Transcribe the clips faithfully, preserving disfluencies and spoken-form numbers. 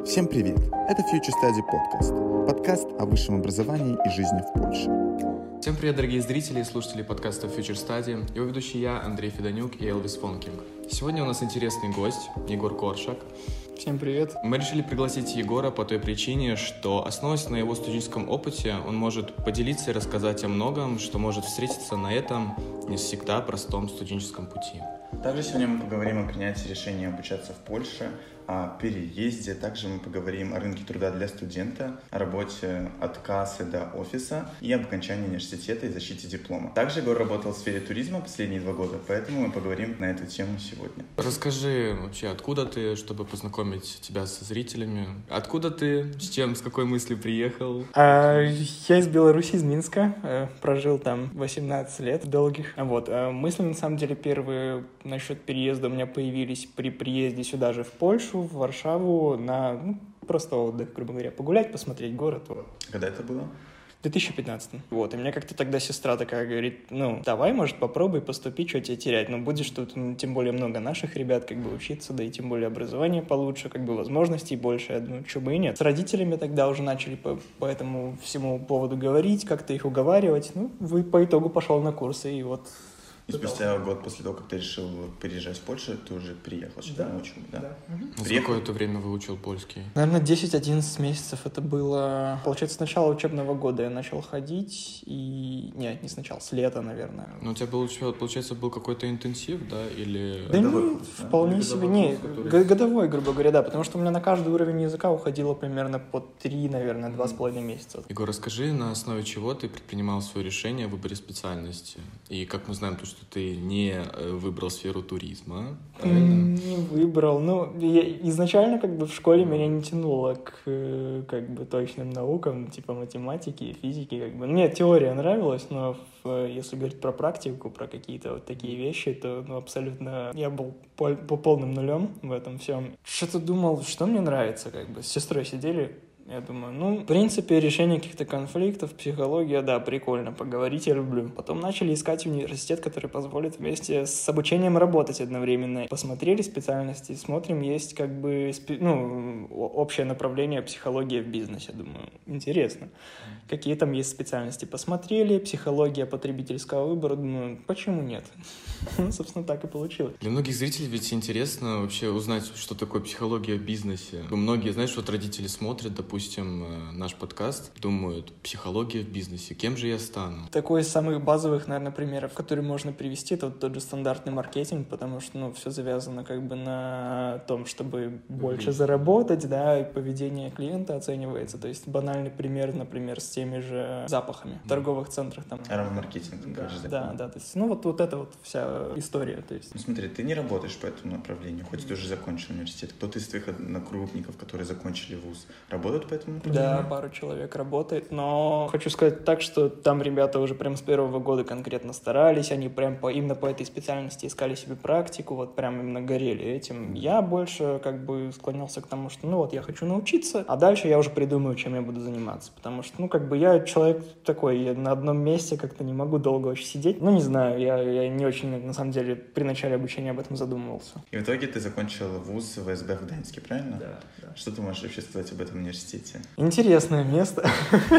Всем привет! Это Future Study Podcast, подкаст о высшем образовании и жизни в Польше. Всем привет, дорогие зрители и слушатели подкаста Future Study. Его ведущий я, Андрей Федонюк и Элвис Фонкинг. Сегодня у нас интересный гость, Егор Коршак. Всем привет. Мы решили пригласить Егора по той причине, что, основываясь на его студенческом опыте, он может поделиться и рассказать о многом, что может встретиться на этом не всегда простом студенческом пути. Также сегодня мы поговорим о принятии решения обучаться в Польше, о переезде. Также мы поговорим о рынке труда для студента, о работе от кассы до офиса и об окончании университета и защите диплома. Также Егор работал в сфере туризма последние два года, поэтому мы поговорим на эту тему сегодня. Расскажи вообще, откуда ты, чтобы познакомить тебя со зрителями. Откуда ты, с чем, с какой мыслью приехал? А, я из Беларуси, из Минска, прожил там восемнадцать лет долгих. Вот. Мысли, на самом деле, первые насчет переезда у меня появились при приезде сюда же в Польшу, в Варшаву, на ну, просто отдых, грубо говоря, погулять, посмотреть город. Когда это было? В две тысячи пятнадцатом. Вот, и мне как-то тогда сестра такая говорит, ну, давай, может, попробуй поступить, что тебе терять. Ну, будешь тут, ну, тем более много наших ребят, как бы, учиться, да и тем более образование получше, как бы, возможностей больше, ну, чего бы и нет. С родителями тогда уже начали по, по этому всему поводу говорить, как-то их уговаривать. Ну, по итогу пошел на курсы, и вот... И спустя год после того, как ты решил переезжать в Польшу, ты уже приехал сюда да, на учебу, да? Да. Угу. За какое-то время выучил польский? Наверное, десять-одиннадцать месяцев это было. Получается, с начала учебного года я начал ходить, и... Нет, не сначала, с лета, наверное. Ну, у тебя, был, получается, был какой-то интенсив, да, или... Да не, вполне себе, не, который... годовой, грубо говоря, да, потому что у меня на каждый уровень языка уходило примерно по три, наверное, два с половиной месяца. Егор, расскажи, на основе чего ты предпринимал свое решение о выборе специальности? И, как мы знаем, то, что что ты не выбрал сферу туризма, правильно? Не выбрал. Ну, я изначально как бы в школе меня не тянуло к как бы точным наукам, типа математики и физики. Как бы. Мне теория нравилась, но в, если говорить про практику, про какие-то вот такие вещи, то ну, абсолютно я был по, по полным нулем в этом всем. Что-то думал, что мне нравится, как бы. С сестрой сидели. Я думаю, ну, в принципе, решение каких-то конфликтов, психология, да, прикольно, поговорить я люблю. Потом начали искать университет, который позволит вместе с обучением работать одновременно. Посмотрели специальности, смотрим, есть как бы, ну, общее направление психология в бизнесе, думаю, интересно. Какие там есть специальности, посмотрели, психология потребительского выбора, думаю, почему нет? Собственно, так и получилось. Для многих зрителей ведь интересно вообще узнать, что такое психология в бизнесе. Многие, знаешь, вот родители смотрят, допустим, Допустим, наш подкаст, думают, психология в бизнесе, кем же я стану? Такой из самых базовых, наверное, примеров, который можно привести, это вот тот же стандартный маркетинг, потому что, ну, все завязано как бы на том, чтобы больше заработать, да, и поведение клиента оценивается. То есть банальный пример, например, с теми же запахами в торговых центрах. Там. Аромамаркетинг. Да, да, да, то есть, ну, вот, вот это вот вся история. То есть. Ну, смотри, ты не работаешь по этому направлению, хоть ты уже закончил университет. Кто-то из твоих однокрупников, которые закончили вуз, работают по этому направлению? Да, пару человек работает, но хочу сказать так, что там ребята уже прям с первого года конкретно старались, они прям по, именно по этой специальности искали себе практику, вот прям именно горели этим. Я больше как бы склонялся к тому, что ну вот я хочу научиться, а дальше я уже придумаю, чем я буду заниматься, потому что ну как бы я человек такой, я на одном месте как-то не могу долго очень сидеть, ну не знаю, я, я не очень на самом деле при начале обучения об этом задумывался. И в итоге ты закончил вуз в ВСБ в Гданьске, правильно? Да, да. Что ты можешь вообще сказать об этом университете? Интересное место.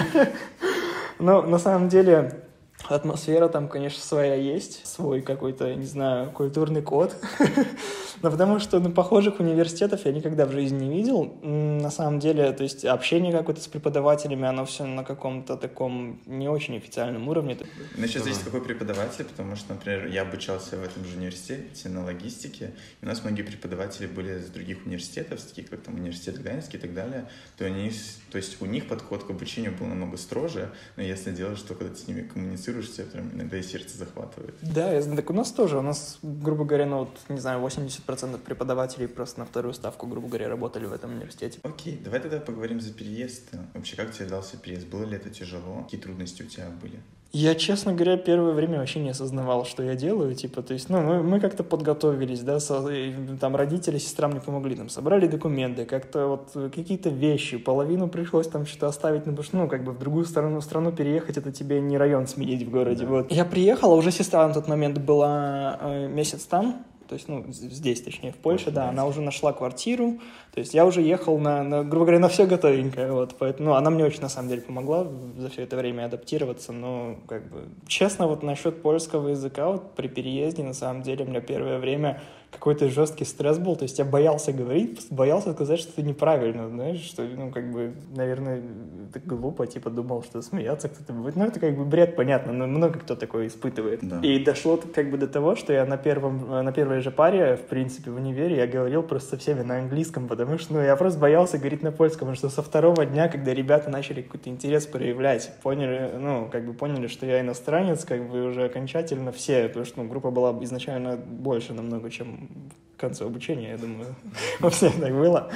Но на самом деле атмосфера там, конечно, своя есть, свой какой-то, не знаю, культурный код. Но потому что ну, похожих университетов я никогда в жизни не видел. На самом деле, то есть общение какое-то с преподавателями, оно все на каком-то таком не очень официальном уровне. Ну, сейчас зависит, какой преподаватель, потому что, например, я обучался в этом же университете на логистике, и у нас многие преподаватели были из других университетов, таких как там университет Гданьский и так далее, то, они, то есть у них подход к обучению был намного строже, но если делаешь, что когда ты с ними коммуницируешь, тебе прям иногда и сердце захватывает. Да, я знаю, так у нас тоже, у нас, грубо говоря, ну вот, не знаю, восемьдесят процентов преподавателей просто на вторую ставку, грубо говоря, работали в этом университете. Окей, давай тогда поговорим за переезд. Вообще, как тебе дался переезд? Было ли это тяжело? Какие трудности у тебя были? Я, честно говоря, первое время вообще не осознавал, что я делаю, типа, то есть, ну, мы, мы как-то подготовились, да, со, там родители, сестра мне помогли, там, собрали документы, как-то вот какие-то вещи, половину пришлось там что-то оставить, ну, потому что, ну, как бы в другую сторону, страну переехать, это тебе не район сменить в городе, да. Вот. Я приехал, а уже сестра на тот момент была э, месяц там, То есть, ну, здесь, точнее, в Польше, да, она уже нашла квартиру. То есть я уже ехал на, на грубо говоря, на все готовенькое. Вот, поэтому, ну, она мне очень, на самом деле, помогла за все это время адаптироваться. Но, как бы, честно, вот насчет польского языка, вот при переезде, на самом деле, у меня первое время какой-то жесткий стресс был, то есть я боялся говорить, боялся сказать что-то неправильно, знаешь, что, ну, как бы, наверное, это глупо, типа, думал, что смеяться кто-то будет, ну, это как бы бред, понятно, но много кто такое испытывает. Да. И дошло как бы до того, что я на первом, на первой же паре, в принципе, в универе, я говорил просто со всеми на английском, потому что, ну, я просто боялся говорить на польском, потому что со второго дня, когда ребята начали какой-то интерес проявлять, поняли, ну, как бы поняли, что я иностранец, как бы уже окончательно все, потому что, ну, группа была изначально больше намного, чем в конце обучения, я думаю, у всех так было.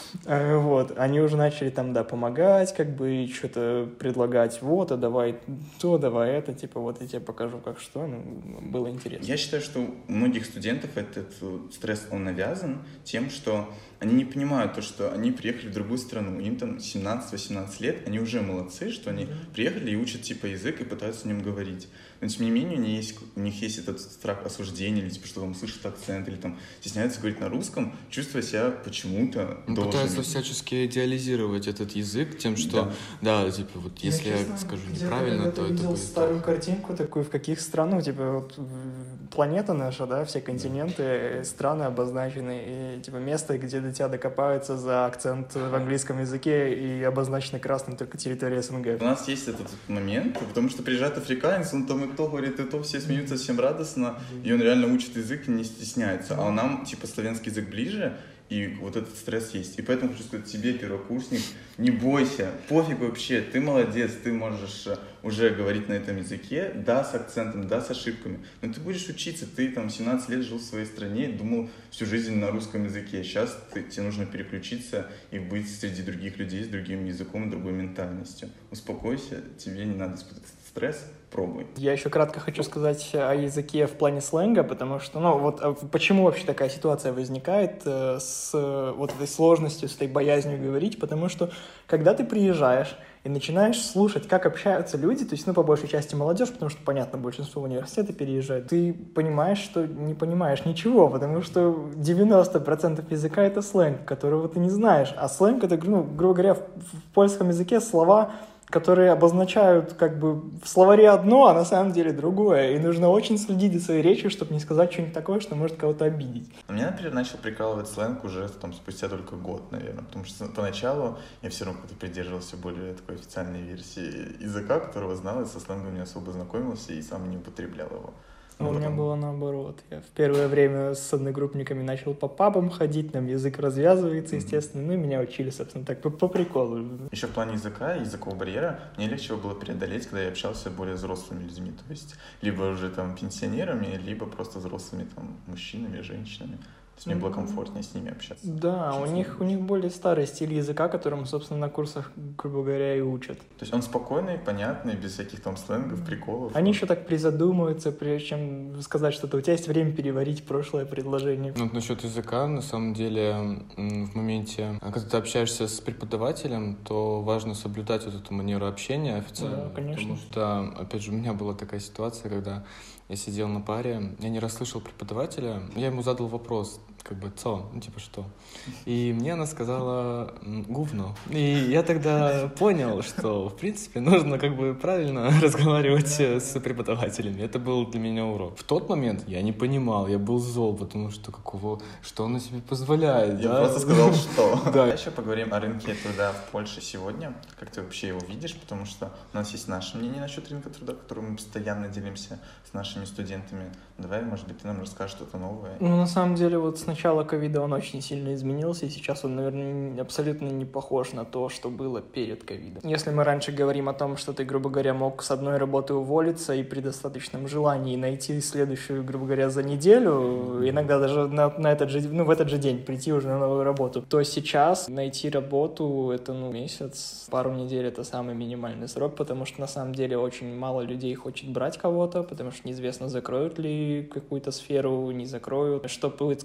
Вот, они уже начали там, да, помогать, как бы, что-то предлагать, вот, а давай то, давай это, типа, вот я тебе покажу, как что, ну, было интересно. Я считаю, что у многих студентов этот стресс, он навязан тем, что они не понимают то, что они приехали в другую страну, им там семнадцать-восемнадцать лет, они уже молодцы, что они mm-hmm. приехали и учат, типа, язык и пытаются на нем говорить. Но, тем не менее, у них есть, у них есть этот страх осуждения, или, типа, что там слышат акцент, или там стесняются говорить на русском, чувствуя себя почему-то ну, должен. Пытаются всячески идеализировать этот язык тем, что, да, да типа, вот я, если честно, я скажу неправильно, то это видел будет старую так. картинку такую, в каких странах, типа, вот планета наша, да, все континенты, страны обозначены, и, типа, место, где до тебя докопаются за акцент в английском языке и обозначены красным только территория СНГ. У нас есть этот момент, потому что приезжает африканец, он там и то говорит, и то, все смеются всем радостно, и он реально учит язык и не стесняется. А нам, типа, славянский язык ближе, и вот этот стресс есть. И поэтому хочу сказать тебе, первокурсник, не бойся, пофиг вообще, ты молодец, ты можешь уже говорить на этом языке, да, с акцентом, да, с ошибками, но ты будешь учиться, ты там семнадцать лет жил в своей стране, думал всю жизнь на русском языке, сейчас ты, тебе нужно переключиться и быть среди других людей с другим языком и другой ментальностью. Успокойся, тебе не надо испытывать стресс, пробуй. Я еще кратко хочу сказать о языке в плане сленга, потому что, ну, вот почему вообще такая ситуация возникает э, с э, вот этой сложностью, с этой боязнью говорить, потому что, когда ты приезжаешь и начинаешь слушать, как общаются люди, то есть, ну, по большей части молодежь, потому что, понятно, большинство университета переезжает, ты понимаешь, что не понимаешь ничего, потому что девяносто процентов языка — это сленг, которого ты не знаешь, а сленг — это, ну, грубо говоря, в, в польском языке слова, которые обозначают как бы в словаре одно, а на самом деле другое. И нужно очень следить за своей речью, чтобы не сказать что-нибудь такое, что может кого-то обидеть. Меня, например, начал прикалывать сленг уже там, спустя только год, наверное. Потому что поначалу я все равно как-то придерживался более такой официальной версии языка, которого знал, и со сленгом не особо знакомился и сам не употреблял его. Ну, у меня было наоборот. Я в первое время с одногруппниками начал по пабам ходить, нам язык развязывается, естественно, mm-hmm. ну и меня учили, собственно, так по, по приколу. Еще в плане языка и языкового барьера мне легче его было преодолеть, когда я общался с более взрослыми людьми, то есть либо уже там пенсионерами, либо просто взрослыми там мужчинами, женщинами. То есть мне было комфортнее с ними общаться. Да, у них, у них более старый стиль языка, которым, собственно, на курсах, грубо говоря, и учат. То есть он спокойный, понятный, без всяких там сленгов, приколов. Они еще так призадумываются, прежде чем сказать что-то. У тебя есть время переварить прошлое предложение. Ну, вот насчет языка, на самом деле, в моменте, когда ты общаешься с преподавателем, то важно соблюдать вот эту манеру общения официально. Да, конечно. Потому что, опять же, у меня была такая ситуация, когда я сидел на паре, я не расслышал преподавателя, я ему задал вопрос, как бы, «Цо?» Ну, типа, что? И мне она сказала «Гувно». И я тогда понял, что, в принципе, нужно как бы правильно разговаривать с преподавателями. Это был для меня урок. В тот момент я не понимал, я был зол, потому что какого, что она себе позволяет. Я да? просто сказал, что. Да. Еще поговорим о рынке труда в Польше сегодня. Как ты вообще его видишь? Потому что у нас есть наше мнение насчет рынка труда, которым мы постоянно делимся с нашими студентами. Давай, может быть, ты нам расскажешь что-то новое. Ну, на самом деле, вот с начала ковида он очень сильно изменился, и сейчас он, наверное, абсолютно не похож на то, что было перед ковидом. Если мы раньше говорим о том, что ты, грубо говоря, мог с одной работы уволиться и при достаточном желании найти следующую, грубо говоря, за неделю, иногда даже на, на этот же, ну, в этот же день прийти уже на новую работу, то сейчас найти работу — это, ну, месяц, пару недель — это самый минимальный срок, потому что, на самом деле, очень мало людей хочет брать кого-то, потому что неизвестно, закроют ли какую-то сферу, не закроют, что будет с карантином,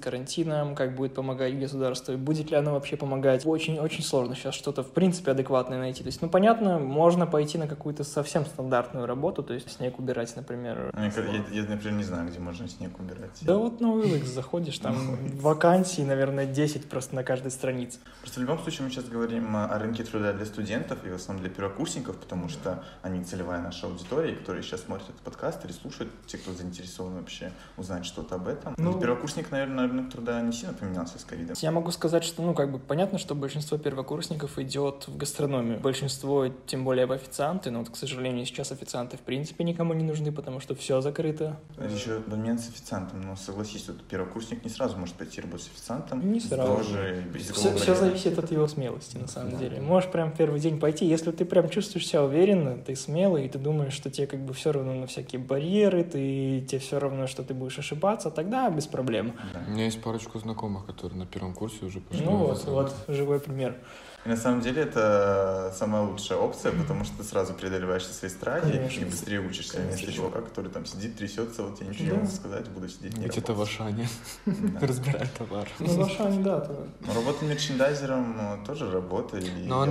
пойти нам, как будет помогать государство, будет ли оно вообще помогать. Очень-очень сложно сейчас что-то, в принципе, адекватное найти. То есть, ну, понятно, можно пойти на какую-то совсем стандартную работу, то есть снег убирать, например. Я, я, я, например, не знаю, где можно снег убирать. Да вот на о эл икс заходишь, там вакансий, наверное, десять просто на каждой странице. Просто в любом случае мы сейчас говорим о рынке труда для студентов и в основном для первокурсников, потому что они целевая наша аудитория, которые сейчас смотрят этот подкаст или слушают, те, кто заинтересован вообще узнать что-то об этом. Ну, первокурсник, наверное, рынок труда не сильно поменялся с ковидом. Я могу сказать, что, ну, как бы понятно, что большинство первокурсников идет в гастрономию. Большинство, тем более в официанты, но вот, к сожалению, сейчас официанты в принципе никому не нужны, потому что все закрыто. Еще момент с официантом, но согласись, вот первокурсник не сразу может пойти работать с официантом. Не сразу. Тоже все, все зависит от его смелости, на самом да. деле. Можешь прям первый день пойти, если ты прям чувствуешь себя уверенно, ты смелый, и ты думаешь, что тебе как бы все равно на всякие барьеры, ты, тебе все равно, что ты будешь ошибаться, тогда без проблем. Да. У меня есть парочку знакомых, которые на первом курсе уже пошли. Ну вот, вот, живой пример. И на самом деле это самая лучшая опция, потому что ты сразу преодолеваешь свои страхи Конечно. И быстрее учишься. Вместо чувака, который там сидит, трясется, вот я ничего да. не могу сказать, буду сидеть. Где-то в Ашане разбирать товар. Ну, в Ашане, да. Работа мерчендайзером тоже работа. Но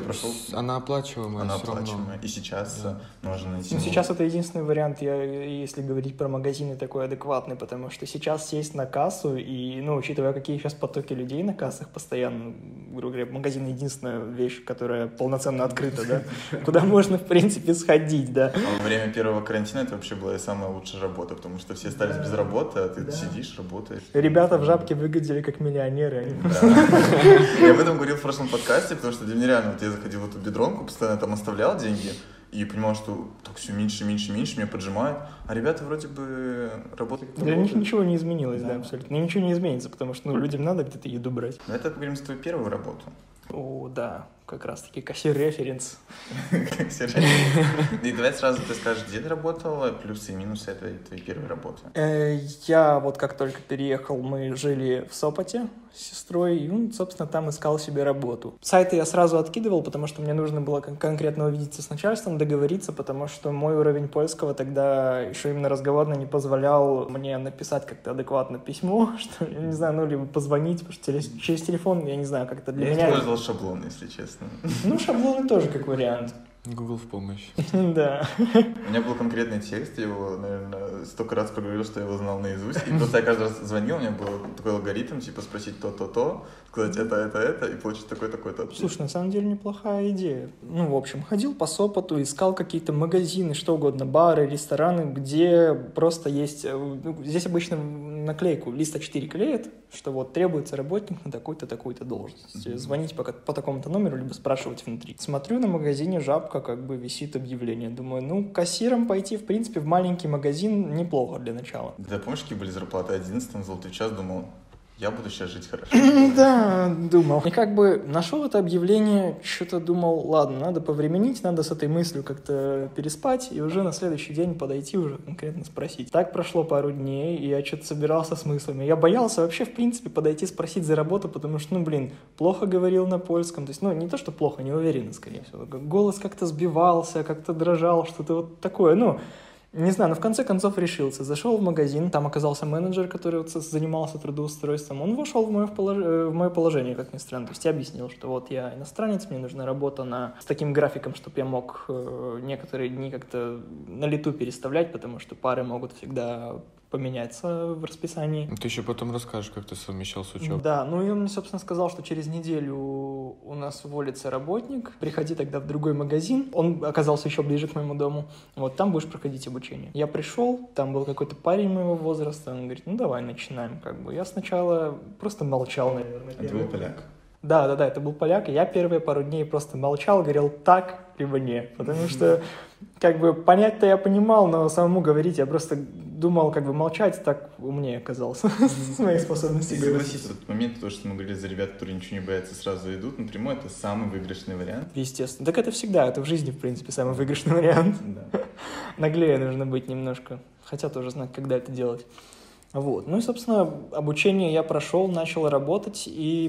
она оплачиваемая. Она оплачиваемая. И сейчас можно найти. Ну, сейчас это единственный вариант, если говорить про магазины, такой адекватный, потому что сейчас сесть на кассу и, ну, учитывая, какие сейчас потоки людей на кассах постоянно, грубо говоря, магазины единственная вещь, которая полноценно открыта, да, куда можно, в принципе, сходить, да. А во время первого карантина это вообще была самая лучшая работа, потому что все остались без работы, а ты сидишь, работаешь. Ребята в Жабке выглядели как миллионеры. Я об этом говорил в прошлом подкасте, потому что для меня реально, вот я заходил в эту бедронку, постоянно там оставлял деньги, и понимал, что так все меньше, меньше, меньше, меня поджимают, а ребята вроде бы работают. Для них ничего не изменилось, да, абсолютно. Ничего не изменится, потому что, ну, людям надо где-то еду брать. Это поговорим за твою первую работу. О, да, как раз-таки кассир-референс. И давай сразу ты скажешь, где ты работала, плюсы и минусы этой твоей первой работы. Я вот как только переехал, мы жили в Сопоте с сестрой, и, ну, собственно, там искал себе работу. Сайты я сразу откидывал, потому что мне нужно было конкретно увидеться с начальством, договориться, потому что мой уровень польского тогда еще именно разговорно не позволял мне написать как-то адекватно письмо, что, я не знаю, ну, либо позвонить, потому что через телефон, я не знаю, как-то для я меня... Я использовал шаблон, если честно. Ну, шаблоны тоже как вариант. Google в помощь. Да. У меня был конкретный текст, я его, наверное, столько раз проговорил, что я его знал наизусть. И просто я каждый раз звонил, у меня был такой алгоритм, типа спросить то-то-то, сказать это, это, это, и получить такой-такой-то ответ. Слушай, на самом деле неплохая идея. Ну, в общем, ходил по Сопоту, искал какие-то магазины, что угодно, бары, рестораны, где просто есть... Ну, здесь обычно наклейку лист а четыре клеят, что вот требуется работник на такую-то, такую-то должность. Mm-hmm. Звонить по, по такому-то номеру, либо спрашивать внутри. Смотрю, на магазине Жабка как бы висит объявление. Думаю, ну, кассиром пойти, в принципе, в маленький магазин неплохо для начала. Да, помнишь, какие были зарплаты? одиннадцатый золотой час, думал, я буду сейчас жить хорошо. Да, думал. И как бы нашел это объявление, что-то думал, ладно, надо повременить, надо с этой мыслью как-то переспать, и уже на следующий день подойти уже конкретно спросить. Так прошло пару дней, и я что-то собирался с мыслями. Я боялся вообще, в принципе, подойти спросить за работу, потому что, ну, блин, плохо говорил на польском. То есть, ну, не то, что плохо, неуверенно, скорее всего. Голос как-то сбивался, как-то дрожал, что-то вот такое, ну... Не знаю, но в конце концов решился. Зашел в магазин, там оказался менеджер, который вот занимался трудоустройством. Он вошел в мое, полож... в мое положение, как ни странно. То есть я объяснил, что вот я иностранец, мне нужна работа на... с таким графиком, чтобы я мог э, некоторые дни как-то на лету переставлять, потому что пары могут всегда поменяться в расписании. Ты еще потом расскажешь, как ты совмещал с учебой. Да, ну и он мне, собственно, сказал, что через неделю у нас уволится работник, приходи тогда в другой магазин. Он оказался еще ближе к моему дому. Вот, там будешь проходить обучение. Я пришел, там был какой-то парень моего возраста, он говорит, ну давай начинаем, как бы. Я сначала просто молчал, наверное. Это был поляк? Да, да, да, это был поляк, и я первые пару дней просто молчал, говорил так, либо нет, потому что, как бы, понять-то я понимал, но самому говорить я просто думал, как бы, молчать так умнее оказался с моей способностью говорить. Согласись, в тот момент, то, что мы говорили за ребят, которые ничего не боятся, сразу идут напрямую, это самый выигрышный вариант. Естественно. Так это всегда, это в жизни, в принципе, самый выигрышный вариант. Наглее нужно быть немножко, хотя тоже знать, когда это делать. Вот. Ну и, собственно, обучение я прошел, начал работать, и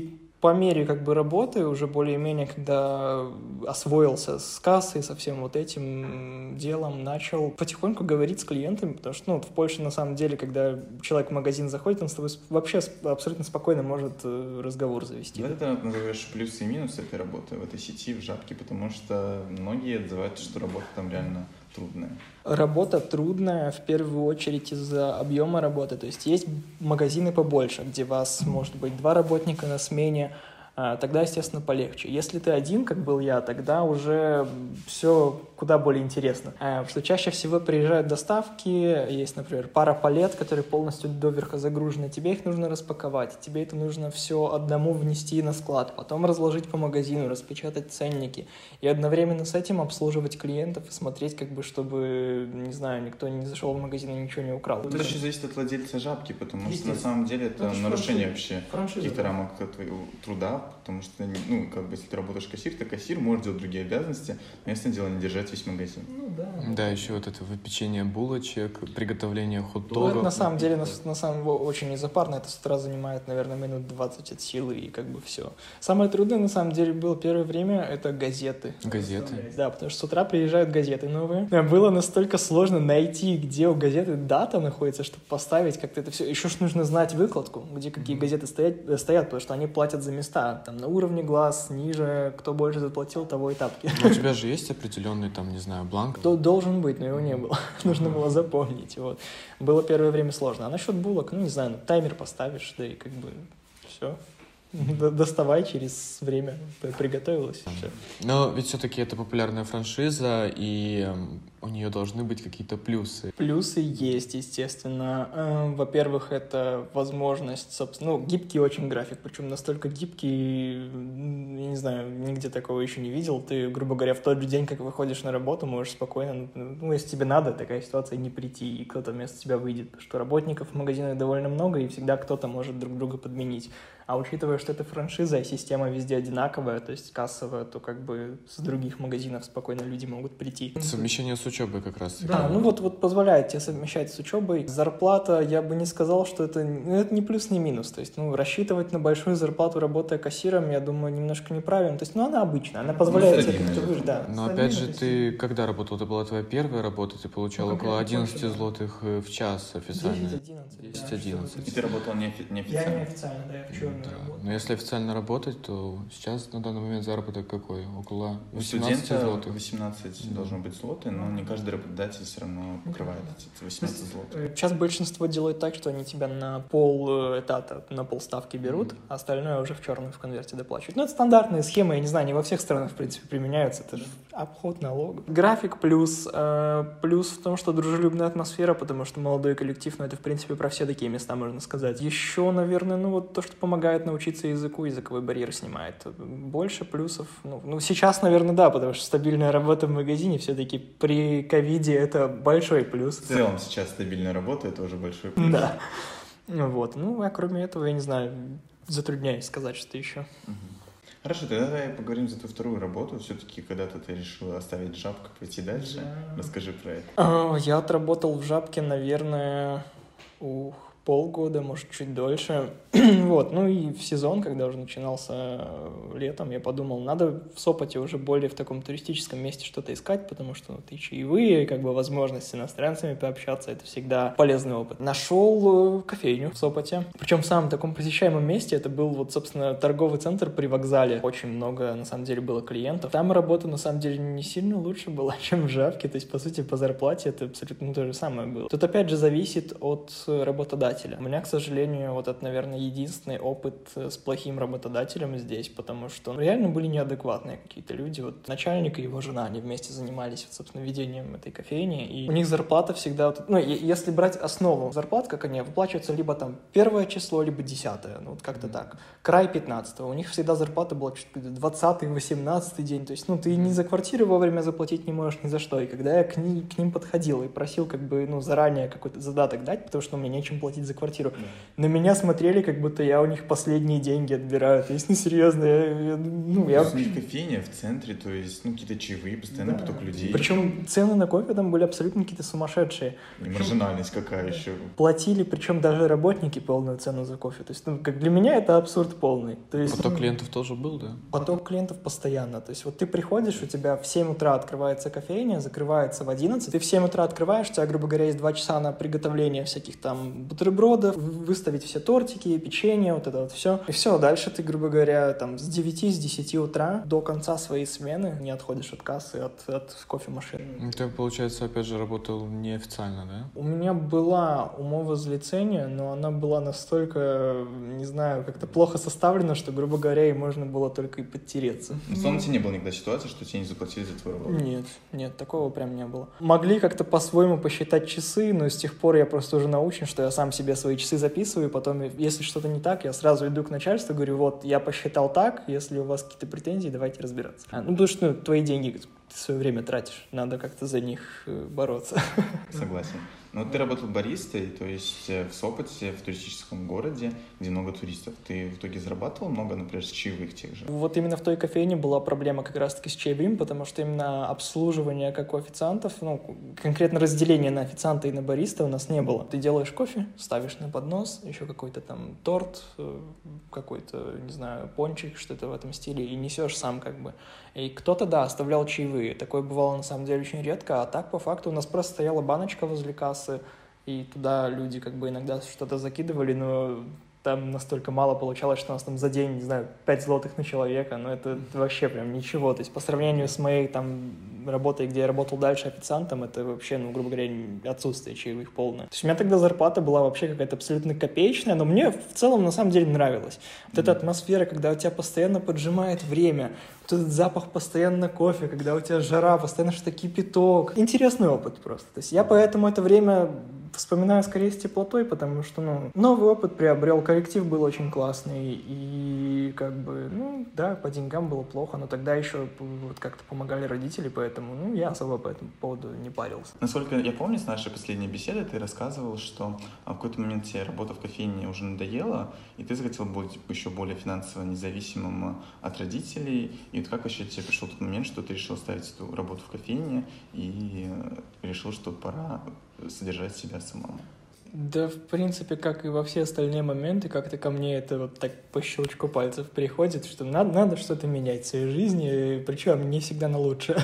по мере как бы работы, уже более-менее, когда освоился с кассой, со всем вот этим делом, начал потихоньку говорить с клиентами, потому что, ну, вот в Польше, на самом деле, когда человек в магазин заходит, он с тобой вообще абсолютно спокойно может разговор завести. Вот это называешь плюсы и минусы этой работы в этой сети, в Жабке, потому что многие отзываются, что работа там реально трудная. Работа трудная в первую очередь из-за объема работы. То есть есть магазины побольше, где вас может быть два работника на смене, тогда, естественно, полегче. Если ты один, как был я, тогда уже все куда более интересно. Потому что чаще всего приезжают доставки, есть, например, пара палет, которые полностью доверха загружены, тебе их нужно распаковать, тебе это нужно все одному внести на склад, потом разложить по магазину, распечатать ценники и одновременно с этим обслуживать клиентов и смотреть, как бы, чтобы, не знаю, никто не зашел в магазин и ничего не украл. Это еще зависит от владельца Жабки, потому что на самом деле это ну, нарушение вообще каких-то рамок твоего труда, потому что, ну, как бы, если ты работаешь кассир, то кассир может делать другие обязанности, но ясное дело, не держать весь магазин. Ну, да. Да, еще вот это выпечение булочек, приготовление хот-догов. Ну, это на самом деле, на, на самом деле, очень незапарно, это с утра занимает, наверное, минут двадцать от силы, и как бы все. Самое трудное, на самом деле, было первое время, это газеты. Газеты? Да, потому что с утра приезжают газеты новые. Было настолько сложно найти, где у газеты дата находится, чтобы поставить как-то это все. Еще ж нужно знать выкладку, где какие mm-hmm. газеты стоят, стоят, потому что они платят за места. Там на уровне глаз, ниже, кто больше заплатил, того и тапки. Но у тебя же есть определенный, там, не знаю, бланк? Должен быть, но его не было. Нужно было запомнить. Вот. Было первое время сложно. А насчет булок, ну, не знаю, ну, таймер поставишь, да и как бы все. Доставай, через время приготовилась. Все. Но ведь все-таки это популярная франшиза, и у нее должны быть какие-то плюсы. Плюсы есть, естественно. Во-первых, это возможность, собственно, ну, гибкий очень график, причем настолько гибкий, я не знаю, нигде такого еще не видел. Ты, грубо говоря, в тот же день, как выходишь на работу, можешь спокойно, ну, если тебе надо, такая ситуация, не прийти, и кто-то вместо тебя выйдет. Потому что работников в магазинах довольно много, и всегда кто-то может друг друга подменить. А учитывая, что это франшиза, и система везде одинаковая, то есть кассовая, то как бы с других магазинов спокойно люди могут прийти. Совмещение с учебой как раз. Да, ну вот, вот позволяет тебе совмещать с учебой. Зарплата, я бы не сказал, что это, ну, это не плюс, не минус. То есть, ну, рассчитывать на большую зарплату, работая кассиром, я думаю, немножко неправильно. То есть, ну, она обычная, она позволяет ну, тебе как-то выжить, да. Но опять же, ты когда работал? Это была твоя первая работа, ты получал ну, около одиннадцать злотых в час официально. десять одиннадцать. И ты работал неофициально? Я неофициально, да, я в черную да. работал. Но если официально работать, то сейчас на данный момент заработок какой? Около восемнадцать злотых. восемнадцать mm-hmm. должно быть злоты, но не каждый работодатель все равно покрывает эти восемнадцать злотых. Сейчас большинство делают так, что они тебя на пол этата, на полставки берут, mm-hmm. а остальное уже в черную в конверте доплачивают. Ну, это стандартные схемы, я не знаю, не во всех странах, в принципе, применяются. Это же обход налогов. График плюс. Э, плюс в том, что дружелюбная атмосфера, потому что молодой коллектив, ну, это, в принципе, про все такие места, можно сказать. Еще, наверное, ну, вот то, что помогает научиться языку, языковой барьер снимает. Больше плюсов. Ну, ну, сейчас, наверное, да, потому что стабильная работа в магазине все-таки при ковиде это большой плюс. В целом сейчас стабильная работа, это уже большой плюс. Да. Вот. Ну, а кроме этого, я не знаю, затрудняюсь сказать что-то еще. Угу. Хорошо, тогда давай поговорим за твою вторую работу. Все-таки когда-то ты решил оставить Жабку, пойти дальше. Да. Расскажи про это. Я отработал в Жабке, наверное, ух, полгода, может, чуть дольше. Вот, ну и в сезон, когда уже начинался летом, я подумал, надо в Сопоте уже более в таком туристическом месте что-то искать, потому что вот, и чаевые, как бы возможность с иностранцами пообщаться, это всегда полезный опыт. Нашел кофейню в Сопоте, причем в самом таком посещаемом месте, это был вот, собственно, торговый центр при вокзале. Очень много, на самом деле, было клиентов. Там работа, на самом деле, не сильно лучше была, чем в Жабке, то есть, по сути, по зарплате это абсолютно то же самое было. Тут, опять же, зависит от работодателя. У меня, к сожалению, вот это, наверное, единственный опыт с плохим работодателем здесь, потому что ну, реально были неадекватные какие-то люди. Вот начальник и его жена, они вместе занимались, вот, собственно, ведением этой кофейни, и у них зарплата всегда... Вот, ну, если брать основу зарплат, как они выплачиваются либо там первое число, либо десятое, ну, вот как-то mm-hmm. так. Край пятнадцатого. У них всегда зарплата была двадцатый, восемнадцатый день, то есть, ну, ты ни за квартиру вовремя заплатить не можешь, ни за что. И когда я к, ним, к ним подходил и просил, как бы, ну, заранее какой-то задаток дать, потому что ну, мне нечем платить платить за квартиру. Да. На меня смотрели, как будто я у них последние деньги отбираю. То есть, ну, серьезно, я, я, ну, я... У них кофейня в центре, то есть, ну, какие-то чаевые, постоянно да. поток людей. Причем цены на кофе там были абсолютно какие-то сумасшедшие. И маржинальность какая да. еще. Платили, причем даже работники, полную цену за кофе. То есть, ну, как для меня это абсурд полный. То есть, поток ну, клиентов тоже был, да? Поток клиентов постоянно. То есть вот ты приходишь, у тебя в семь утра открывается кофейня, закрывается в одиннадцать. Ты в семь утра открываешь, у тебя, грубо говоря, есть два часа на приготовление всяких там бутербродов, выставить все тортики, печенье, вот это вот все. И все, дальше ты, грубо говоря, там с девяти, с десяти утра до конца своей смены не отходишь от кассы, от, от кофемашины. Ты, получается, опять же, работал неофициально, да? У меня была умовозлицение, но она была настолько, не знаю, как-то плохо составлена, что, грубо говоря, ей можно было только и подтереться. В целом, не было никогда ситуации, что тебе не заплатили за твою работу? Нет, нет, такого прям не было. Могли как-то по-своему посчитать часы, но с тех пор я просто уже научен, что я сам себе свои часы записываю, потом, если что-то не так, я сразу иду к начальству, говорю, вот, я посчитал так, если у вас какие-то претензии, давайте разбираться. А, ну, потому что ну, твои деньги, ты свое время тратишь, надо как-то за них бороться. Согласен. Но ты работал баристой, то есть в Сопоте, в туристическом городе, где много туристов. Ты в итоге зарабатывал много, например, с чаевых тех же? Вот именно в той кофейне была проблема как раз-таки с чаевым, потому что именно обслуживание как у официантов, ну, конкретно разделение на официанта и на бариста у нас не было. Ты делаешь кофе, ставишь на поднос, еще какой-то там торт, какой-то, не знаю, пончик, что-то в этом стиле, и несешь сам как бы. И кто-то, да, оставлял чаевые. Такое бывало на самом деле очень редко, а так по факту у нас просто стояла баночка возле кассы, и туда люди как бы иногда что-то закидывали, но там настолько мало получалось, что у нас там за день, не знаю, пять злотых на человека, но это вообще прям ничего. То есть по сравнению с моей там работой, где я работал дальше официантом, это вообще, ну, грубо говоря, отсутствие чаевых полное. То есть у меня тогда зарплата была вообще какая-то абсолютно копеечная, но мне в целом на самом деле нравилось. Вот эта атмосфера, когда у тебя постоянно поджимает время, вот этот запах постоянно кофе, когда у тебя жара, постоянно что-то кипяток. Интересный опыт просто. То есть я поэтому это время вспоминаю скорее с теплотой, потому что, ну, новый опыт приобрел, коллектив был очень классный, и как бы, ну, да, по деньгам было плохо, но тогда еще вот как-то помогали родители, поэтому, ну, я особо по этому поводу не парился. Насколько я помню, с нашей последней беседы ты рассказывал, что в какой-то момент тебе работа в кофейне уже надоела, и ты захотел быть еще более финансово независимым от родителей, и вот как вообще тебе пришел тот момент, что ты решил ставить эту работу в кофейне и решил, что пора содержать себя самому? Да, в принципе, как и во все остальные моменты, как-то ко мне это вот так по щелчку пальцев приходит, что надо, надо что-то менять в своей жизни, причем не всегда на лучшее.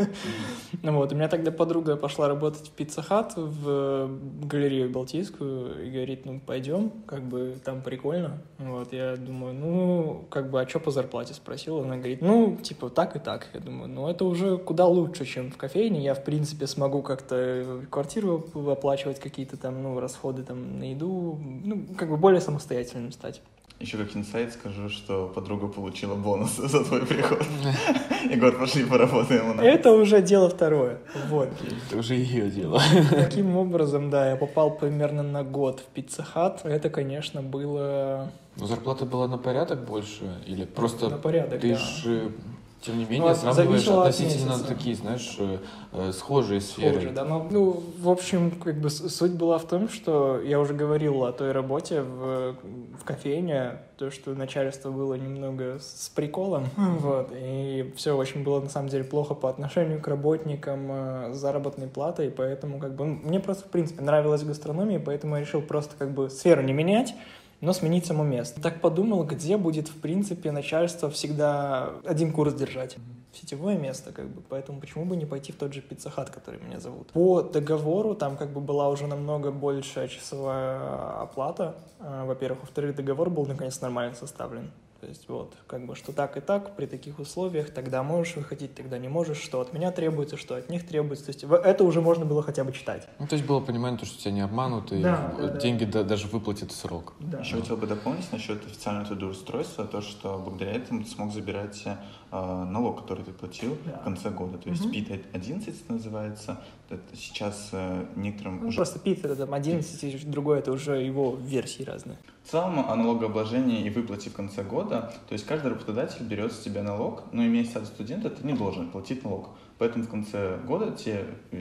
Вот, у меня тогда подруга пошла работать в Pizza Hut, в галерею Балтийскую, и говорит, ну, пойдем, как бы там прикольно. Вот, я думаю, ну, как бы, а что по зарплате спросила? Она говорит, ну, типа, так и так. Я думаю, ну, это уже куда лучше, чем в кофейне. Я, в принципе, смогу как-то квартиру оплачивать, какие-то там, ну, расходы там на еду, ну, как бы более самостоятельным стать. Еще как инсайт скажу, что подруга получила бонус за твой приход. Егор, пошли поработаем. Это уже дело второе. Вот. Это уже ее дело. Таким образом, да, я попал примерно на год в Pizza Hut. Это, конечно, было... Но зарплата была на порядок больше? Или просто... На порядок, ты да. ж, тем не менее, ну, сравниваешь относительно от такие, знаешь, э, схожие сферы. Схожие, да. Но, ну, в общем, как бы суть была в том, что я уже говорил о той работе в, в кофейне, то, что начальство было немного с приколом, вот, и все очень было, на самом деле, плохо по отношению к работникам, с заработной платой, поэтому, как бы, мне просто, в принципе, нравилась гастрономия, поэтому я решил просто, как бы, сферу не менять, но сменить само место. Так подумал, где будет, в принципе, начальство всегда один курс держать. Сетевое место, как бы, поэтому почему бы не пойти в тот же Pizza Hut, который меня зовут. По договору там как бы была уже намного большая часовая оплата, во-первых. Во-вторых, договор был наконец нормально составлен. То есть вот, как бы, что так и так, при таких условиях, тогда можешь выходить, тогда не можешь, что от меня требуется, что от них требуется. То есть это уже можно было хотя бы читать. Ну, то есть было понимание, что тебя не обманут, и да, да, деньги да. даже выплатят в срок. Да. Еще хотел бы дополнить насчет официального трудоустройства, то, что благодаря этому ты смог забирать э, налог, который ты платил да. в конце года. То есть угу. пи одиннадцать называется. Это сейчас э, некоторым... Ну, уже... просто пи это там одиннадцать, и другое, это уже его версии разные. В целом, о налогообложении и выплате в конце года, то есть каждый работодатель берет с тебя налог, но имея статус студента, ты не должен платить налог. Поэтому в конце года тебе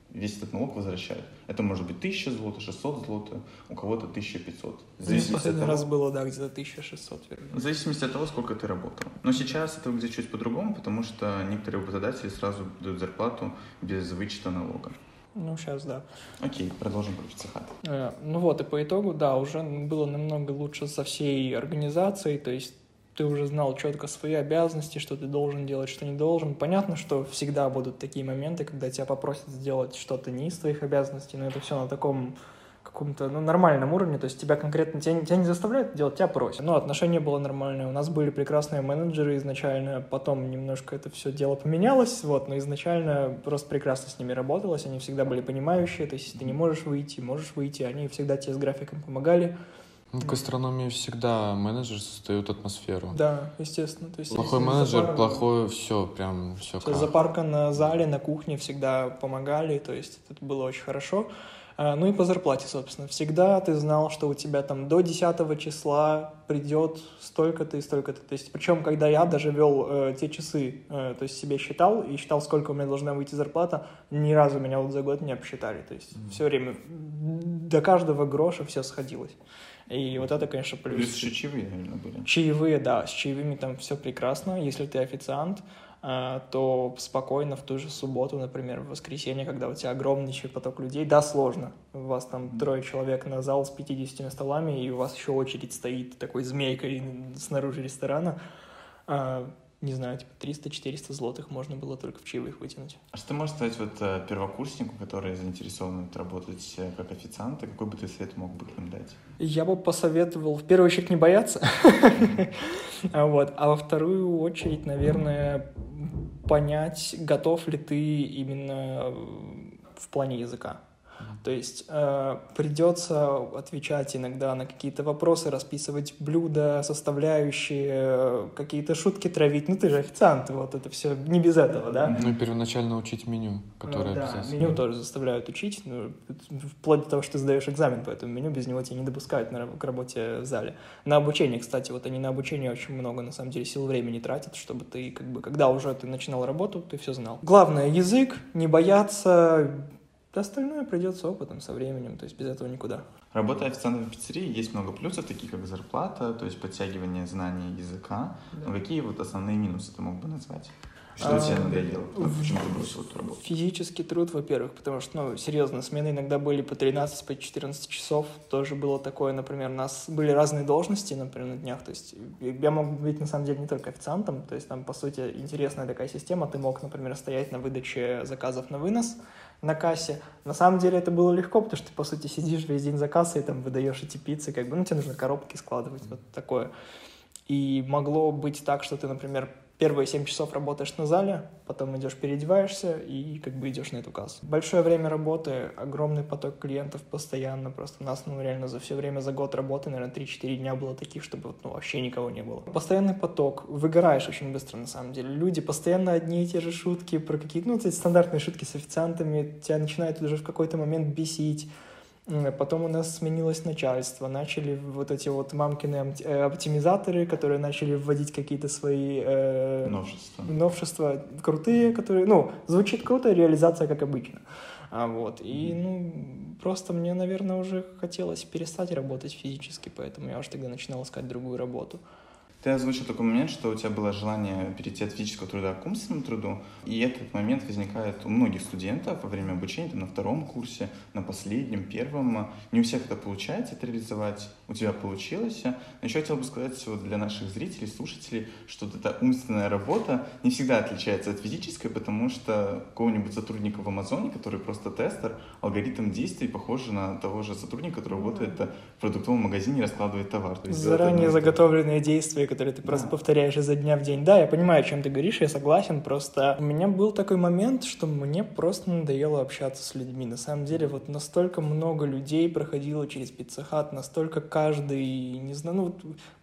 весь этот налог возвращают. Это может быть тысяча злотых, шестьсот злотых, у кого-то тысяча пятьсот. В зависимости последний от того, раз было, да, где-то тысяча шестьсот. Вероятно. В зависимости от того, сколько ты работал. Но сейчас это выглядит чуть по-другому, потому что некоторые работодатели сразу дают зарплату без вычета налога. Ну, сейчас, да. Окей, продолжим про пиццехат. Э, ну вот, и по итогу, да, уже было намного лучше со всей организацией, то есть ты уже знал четко свои обязанности, что ты должен делать, что не должен. Понятно, что всегда будут такие моменты, когда тебя попросят сделать что-то не из твоих обязанностей, но это все на таком каком-то, ну, нормальном уровне, то есть тебя конкретно, тебя, тебя не заставляют делать, тебя просят. Но отношение было нормальное, у нас были прекрасные менеджеры изначально, потом немножко это все дело поменялось, вот, но изначально просто прекрасно с ними работалось, они всегда были понимающие, то есть если ты не можешь выйти, можешь выйти, они всегда тебе с графиком помогали. В гастрономии всегда менеджер создает атмосферу. Да, естественно. То есть, плохой менеджер, запар... плохой все, прям все. все запарка на зале, на кухне всегда помогали, то есть это было очень хорошо. Ну и по зарплате, собственно. Всегда ты знал, что у тебя там до десятого числа придет столько-то и столько-то. То есть, причем, когда я даже вел э, те часы, э, то есть себе считал и считал, сколько у меня должна выйти зарплата, ни разу меня вот за год не обсчитали. То есть, mm-hmm. все время до каждого гроша все сходилось. И вот это, конечно, плюс. Плюс еще чаевые, наверное, были. Чаевые, да, с чаевыми там все прекрасно. Если ты официант, то спокойно в ту же субботу, например, в воскресенье, когда у тебя огромный поток людей, да, сложно. У вас там трое человек на зал с пятьюдесятью столами, и у вас еще очередь стоит такой змейкой снаружи ресторана. Не знаю, типа триста-четыреста злотых можно было только в чаевых вытянуть. А что ты можешь сказать вот первокурснику, который заинтересован работать как официант, какой бы ты совет мог бы им дать? Я бы посоветовал в первую очередь не бояться, вот, а во вторую очередь, наверное, понять, готов ли ты именно в плане языка. То есть э, придется отвечать иногда на какие-то вопросы, расписывать блюда, составляющие, какие-то шутки травить. Ну, ты же официант, вот это все не без этого, да? Ну, и первоначально учить меню, которое ну, обязательно. Да, меню тоже заставляют учить, ну, вплоть до того, что ты сдаешь экзамен по этому меню, без него тебя не допускают на, к работе в зале. На обучение, кстати, вот они на обучение очень много, на самом деле, сил времени тратят, чтобы ты, как бы, когда уже ты начинал работу, ты все знал. Главное, язык, не бояться. Остальное придется опытом со временем, то есть без этого никуда. Работая официантом в пиццерии, есть много плюсов, таких как зарплата, то есть подтягивание знаний языка. Да. Но какие вот основные минусы ты мог бы назвать? Что а, тебе надоело? Почему ты бросил эту работу? Физический труд, во-первых, потому что, ну, серьезно, смены иногда были по тринадцать, по четырнадцать часов. Тоже было такое, например, у нас были разные должности, например, на днях. То есть я мог быть, на самом деле, не только официантом. То есть там, по сути, интересная такая система. Ты мог, например, стоять на выдаче заказов на вынос на кассе. На самом деле это было легко, потому что ты, по сути, сидишь весь день за кассой, там, выдаешь эти пиццы, как бы, ну, тебе нужно коробки складывать, вот такое. И могло быть так, что ты, например, первые семь часов работаешь на зале, потом идешь переодеваешься и как бы идешь на эту кассу. Большое время работы, огромный поток клиентов постоянно, просто у нас, ну, реально за все время, за год работы, наверное, три-четыре дня было таких, чтобы, ну, вообще никого не было. Постоянный поток, выгораешь очень быстро, на самом деле. Люди постоянно одни и те же шутки про какие-то, ну, эти стандартные шутки с официантами, тебя начинают уже в какой-то момент бесить. Потом у нас сменилось начальство, начали вот эти вот мамкины оптимизаторы, которые начали вводить какие-то свои э, новшества. новшества крутые, которые, ну, звучит круто, реализация как обычно. А вот, и, ну, просто мне, наверное, уже хотелось перестать работать физически, поэтому я уже тогда начинал искать другую работу. Ты озвучил такой момент, что у тебя было желание перейти от физического труда к умственному труду, и этот момент возникает у многих студентов во время обучения, там, на втором курсе, на последнем, первом. Не у всех это получается это реализовать, у тебя получилось. Но еще я хотел бы сказать вот для наших зрителей, слушателей, что вот эта умственная работа не всегда отличается от физической, потому что какого-нибудь сотрудника в Амазоне, который просто тестер, алгоритм действий похож на того же сотрудника, который работает в продуктовом магазине и раскладывает товар. То есть заранее заготовленные действия, которые ты просто да. повторяешь изо дня в день. Да, я понимаю, о чем ты говоришь, я согласен, просто у меня был такой момент, что мне просто надоело общаться с людьми. На самом деле, вот настолько много людей проходило через пиццехат, настолько каждый, не знаю, ну,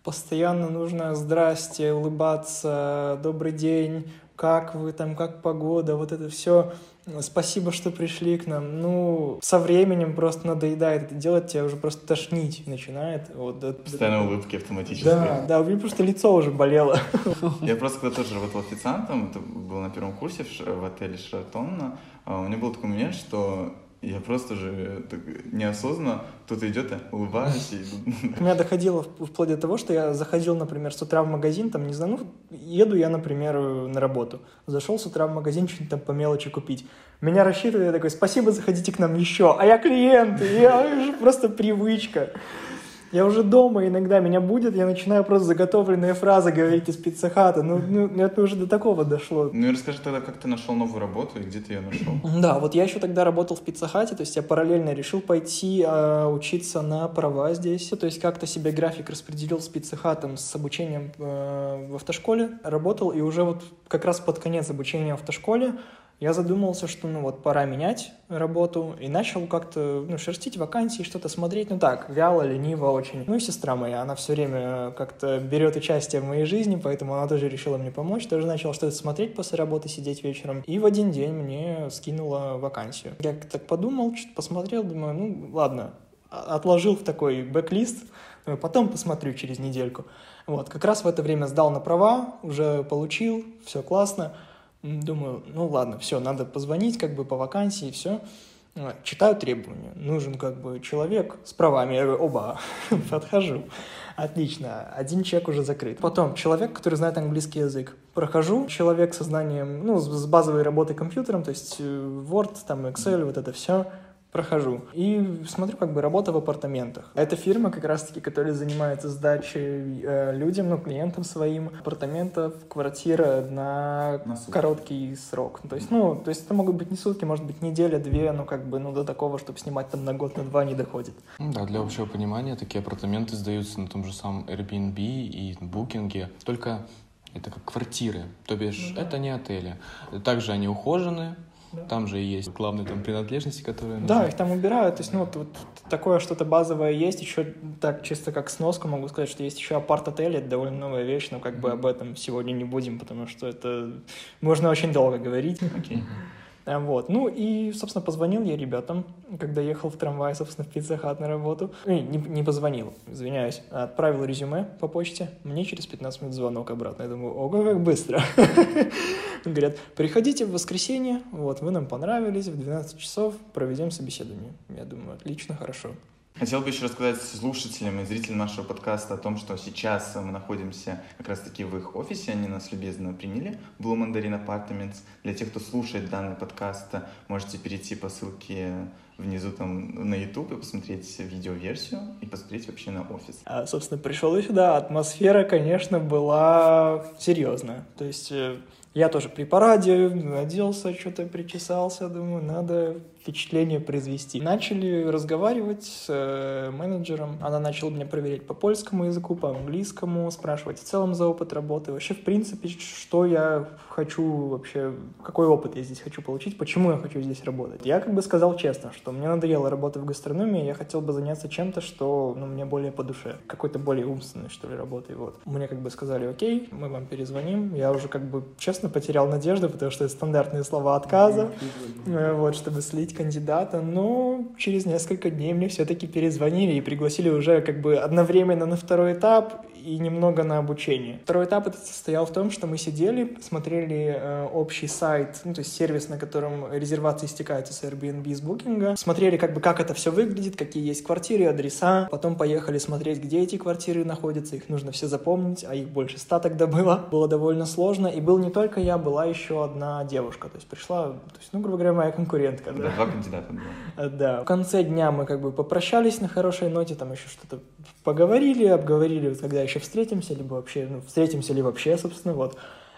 постоянно нужно «здрасте», улыбаться, «добрый день», «как вы там», «как погода», вот это все. «Спасибо, что пришли к нам». Ну, со временем просто надоедает это делать, тебя уже просто тошнить начинает. Вот, да, постоянно да, улыбки автоматически. Да, да, у меня просто лицо уже болело. Я просто когда тоже работал официантом, это было на первом курсе в, в отеле «Шератон», у меня был такой момент, что я просто же так, неосознанно кто-то идет, я улыбаюсь. И... У меня доходило вплоть до того, что я заходил, например, с утра в магазин, там, не знаю, ну, еду я, например, на работу. Зашел с утра в магазин, что-нибудь там по мелочи купить. Меня рассчитывают, я такой: спасибо, заходите к нам еще. А я клиент, и я уже просто привычка. Я уже дома иногда, меня будет, я начинаю просто заготовленные фразы говорить из пиццехата. Ну, ну, это уже до такого дошло. Ну и расскажи тогда, как ты нашел новую работу и где ты ее нашел? Да, вот я еще тогда работал в пиццехате, то есть я параллельно решил пойти э, учиться на права здесь. То есть как-то себе график распределил с пиццехатом, с обучением э, в автошколе. Работал, и уже вот как раз под конец обучения в автошколе я задумался, что ну вот пора менять работу, и начал как-то ну, шерстить вакансии, что-то смотреть, ну так, вяло, лениво очень. Ну и сестра моя, она все время как-то берет участие в моей жизни, поэтому она тоже решила мне помочь, тоже начала что-то смотреть после работы, сидеть вечером, и в один день мне скинула вакансию. Я так подумал, что-то посмотрел, думаю, ну ладно, отложил в такой бэк-лист, потом посмотрю через недельку. Вот, как раз в это время сдал на права, уже получил, все классно. Думаю, ну ладно, все, надо позвонить как бы по вакансии, все. Читаю требования. Нужен как бы человек с правами. Я говорю: оба, подхожу. Отлично, один чек уже закрыт. Потом человек, который знает английский язык. Прохожу. Человек со знанием, ну, с базовой работой компьютером, то есть Word, там, Excel, вот это все. Прохожу. И смотрю, как бы работа в апартаментах. Это фирма, как раз-таки, которая занимается сдачей э, людям, ну, клиентам своим апартаментов, квартира на, на короткий срок. То есть, ну, то есть это могут быть не сутки, может быть, неделя, две, но как бы, ну, до такого, чтобы снимать там на год, на два не доходит. Да, для общего понимания, такие апартаменты сдаются на том же самом Airbnb и Booking, только это как квартиры, то бишь ну, да. Это не отели. Также они ухожены. Да. Там же есть главные там принадлежности, которые... Да, нужны. Их там убирают, то есть, ну, вот, вот такое что-то базовое есть, еще так чисто как сноску могу сказать, что есть еще апарт-отель, это довольно новая вещь, но как mm-hmm. бы об этом сегодня не будем, потому что это можно очень долго говорить. Okay. Вот, ну и, собственно, позвонил я ребятам, когда ехал в трамвае, собственно, в пиццехат на работу. Не, не, не позвонил, извиняюсь, отправил резюме по почте, мне через пятнадцать минут звонок обратно. Я думаю, ого, как быстро. Говорят, приходите в воскресенье, вот, вы нам понравились, в двенадцать часов проведем собеседование. Я думаю, отлично, хорошо. Хотел бы еще рассказать слушателям и зрителям нашего подкаста о том, что сейчас мы находимся как раз-таки в их офисе. Они нас любезно приняли, Blue Mandarin Apartments. Для тех, кто слушает данный подкаст, можете перейти по ссылке внизу там на YouTube и посмотреть видеоверсию и посмотреть вообще на офис. А, собственно, пришел я сюда. Атмосфера, конечно, была серьезная. То есть я тоже при параде оделся, что-то причесался, думаю, надо впечатление произвести. Начали разговаривать с э, менеджером. Она начала меня проверять по польскому языку, по английскому, спрашивать в целом за опыт работы. Вообще, в принципе, что я хочу вообще, какой опыт я здесь хочу получить, почему я хочу здесь работать. Я как бы сказал честно, что мне надоело работа в гастрономии, я хотел бы заняться чем-то, что ну, мне более по душе. Какой-то более умственной, что ли, работой. Вот. Мне как бы сказали, окей, мы вам перезвоним. Я уже как бы честно потерял надежду, потому что это стандартные слова отказа, вот, чтобы слить кандидата, но через несколько дней мне все-таки перезвонили и пригласили уже как бы одновременно на второй этап и немного на обучение. Второй этап этот состоял в том, что мы сидели, смотрели э, общий сайт, ну, то есть сервис, на котором резервации стекаются с Airbnb, с Booking, смотрели как бы как это все выглядит, какие есть квартиры, адреса, потом поехали смотреть, где эти квартиры находятся, их нужно все запомнить, а их больше ста тогда было. Было довольно сложно, и был не только я, была еще одна девушка, то есть пришла, то есть, ну, грубо говоря, моя конкурентка. Да, два кандидата было. Да. В конце дня мы как бы попрощались на хорошей ноте, там еще что-то поговорили, обговорили, вот когда еще встретимся, либо вообще, ну, встретимся ли вообще, собственно, вот.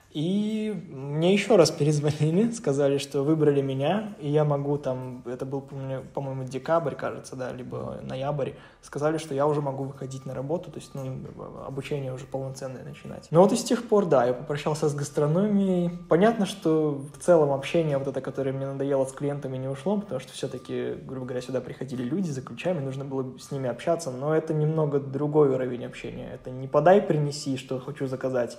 И мне еще раз перезвонили, сказали, что выбрали меня, и я могу там, это был, по-моему, декабрь, кажется, да, либо ноябрь, сказали, что я уже могу выходить на работу, то есть, ну, обучение уже полноценное начинать. Но вот и с тех пор, да, я попрощался с гастрономией. Понятно, что в целом общение вот это, которое мне надоело с клиентами, не ушло, потому что все-таки, грубо говоря, сюда приходили люди за ключами, нужно было с ними общаться, но это немного другой уровень общения. Это не подай, принеси, что хочу заказать,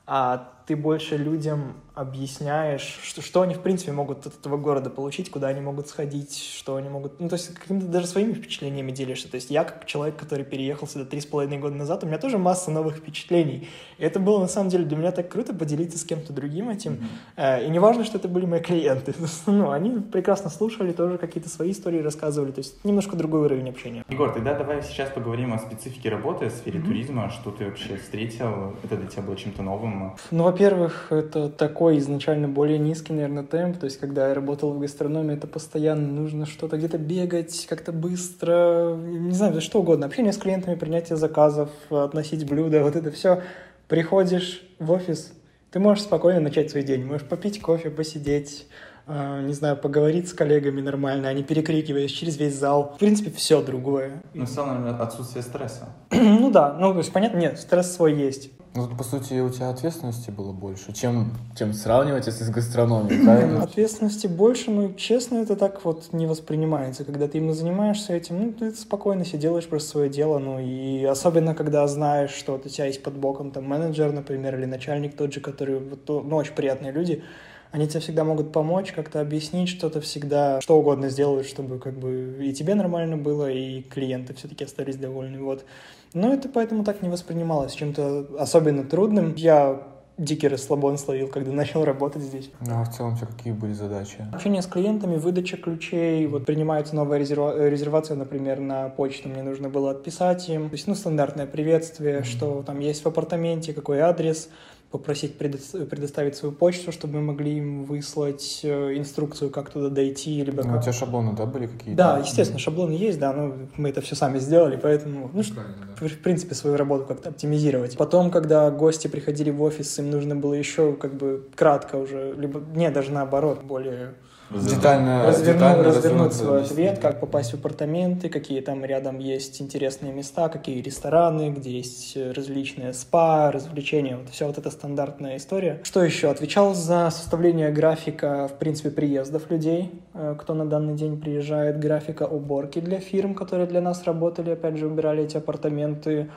а ты больше людям объясняешь, что, что они, в принципе, могут от этого города получить, куда они могут сходить, что они могут... Ну, то есть, какими-то даже своими впечатлениями делишься. То есть, я, как человек, который переехал сюда три с половиной года назад, у меня тоже масса новых впечатлений. И это было, на самом деле, для меня так круто поделиться с кем-то другим этим. Mm-hmm. И не важно, что это были мои клиенты. Ну, они прекрасно слушали, тоже какие-то свои истории рассказывали. То есть, немножко другой уровень общения. Егор, тогда давай сейчас поговорим о специфике работы в сфере mm-hmm. туризма. Что ты вообще встретил? Это для тебя было чем-то новым? Ну, во-первых, это такой изначально более низкий, наверное, темп. То есть, когда я работал в гастрономии, это постоянно нужно что-то где-то бегать, как-то быстро, не знаю, что угодно. Общение с клиентами, принятие заказов, относить блюда, вот это все. Приходишь в офис, ты можешь спокойно начать свой день. Можешь попить кофе, посидеть, не знаю, поговорить с коллегами нормально, а не перекрикиваясь через весь зал. В принципе, все другое. Ну, в целом, отсутствие стресса. Ну да, ну, то есть, понятно, нет, стресс свой есть. Ну, по сути, у тебя ответственности было больше, чем, чем сравнивать, если с гастрономией, правильно? Ответственности больше, но, честно, это так вот не воспринимается. Когда ты именно занимаешься этим, ну, ты спокойно себе делаешь просто свое дело, ну, и особенно, когда знаешь, что вот у тебя есть под боком там менеджер, например, или начальник тот же, который, ну, очень приятные люди, они тебе всегда могут помочь, как-то объяснить что-то, всегда что угодно сделают, чтобы как бы и тебе нормально было, и клиенты все-таки остались довольны, вот. Но это поэтому так не воспринималось чем-то особенно трудным. Я дикий расслабон словил, когда начал работать здесь. Ну, а в целом, у тебя какие были задачи? Общение с клиентами, выдача ключей, вот принимается новая резерва- резервация, например, на почту, мне нужно было отписать им. То есть, ну, стандартное приветствие, mm-hmm. что там есть в апартаменте, какой адрес, попросить предо- предоставить свою почту, чтобы мы могли им выслать э, инструкцию, как туда дойти. Либо ну, как... У тебя шаблоны, да, были какие-то? Да, естественно, шаблоны есть, да, но мы это все сами сделали, поэтому, ну, да. в принципе, свою работу как-то оптимизировать. Потом, когда гости приходили в офис, им нужно было еще как бы кратко уже, либо, не, даже наоборот, более... Детально, разверну, детально развернуть свой ответ, как попасть в апартаменты, какие там рядом есть интересные места, какие рестораны, где есть различные спа, развлечения, вот вся вот эта стандартная история. Что еще? Отвечал за составление графика, в принципе, приездов людей, кто на данный день приезжает, графика уборки для фирм, которые для нас работали, опять же, убирали эти апартаменты,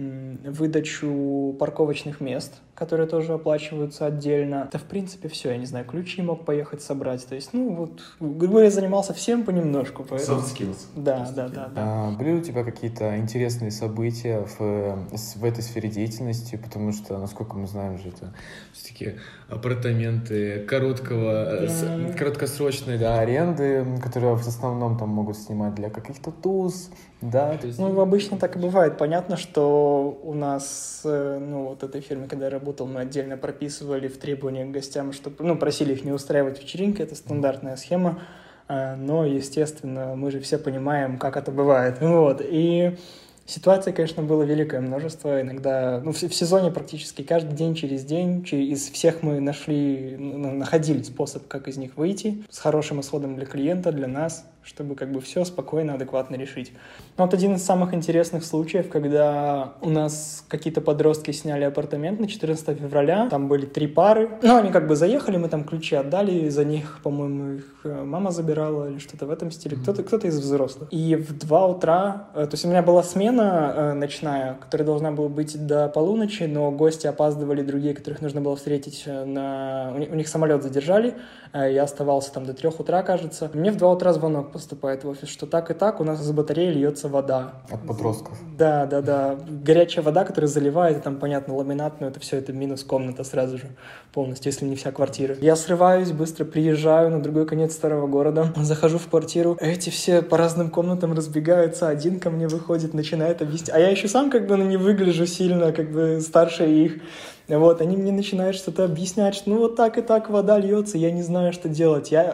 выдачу парковочных мест, которые тоже оплачиваются отдельно. Это, в принципе, все. Я не знаю, ключи мог поехать собрать. То есть, ну, вот, грубо говоря, занимался всем понемножку. Поэтому... Soft skills. Да, да, да, да. А, были у тебя какие-то интересные события в, в этой сфере деятельности? Потому что, насколько мы знаем же, это все-таки апартаменты короткого, с, краткосрочной да, аренды, которые в основном там могут снимать для каких-то туз, да? То есть... Ну, обычно так и бывает. Понятно, что у нас, ну, вот этой фирме, когда я работал, мы отдельно прописывали в требованиях к гостям, чтобы, ну, просили их не устраивать вечеринки, это стандартная схема, но, естественно, мы же все понимаем, как это бывает, вот, и ситуаций, конечно, было великое множество, иногда, ну, в, в сезоне практически каждый день, через день, из всех мы нашли, находили способ, как из них выйти, с хорошим исходом для клиента, для нас, чтобы как бы все спокойно, адекватно решить. Но вот один из самых интересных случаев, когда у нас какие-то подростки сняли апартамент на четырнадцатое февраля, там были три пары, ну, они как бы заехали, мы там ключи отдали, за них, по-моему, их мама забирала или что-то в этом стиле, mm-hmm. кто-то, кто-то из взрослых. И в два утра, то есть у меня была смена ночная, которая должна была быть до полуночи, но гости опаздывали, другие, которых нужно было встретить, на... у них самолет задержали, я оставался там до трех утра, кажется. Мне в два утра звонок поступает в офис, что так и так у нас из батареи льется вода. От подростков. Да, да, да. Горячая вода, которая заливает, там, понятно, ламинат, но это все, это минус комната сразу же полностью, если не вся квартира. Я срываюсь, быстро приезжаю на другой конец старого города, захожу в квартиру, эти все по разным комнатам разбегаются, один ко мне выходит, начинает объяснять, а я еще сам как бы ну, не выгляжу сильно, как бы старше их. Вот, они мне начинают что-то объяснять, что ну вот так и так вода льется, я не знаю, что делать. Я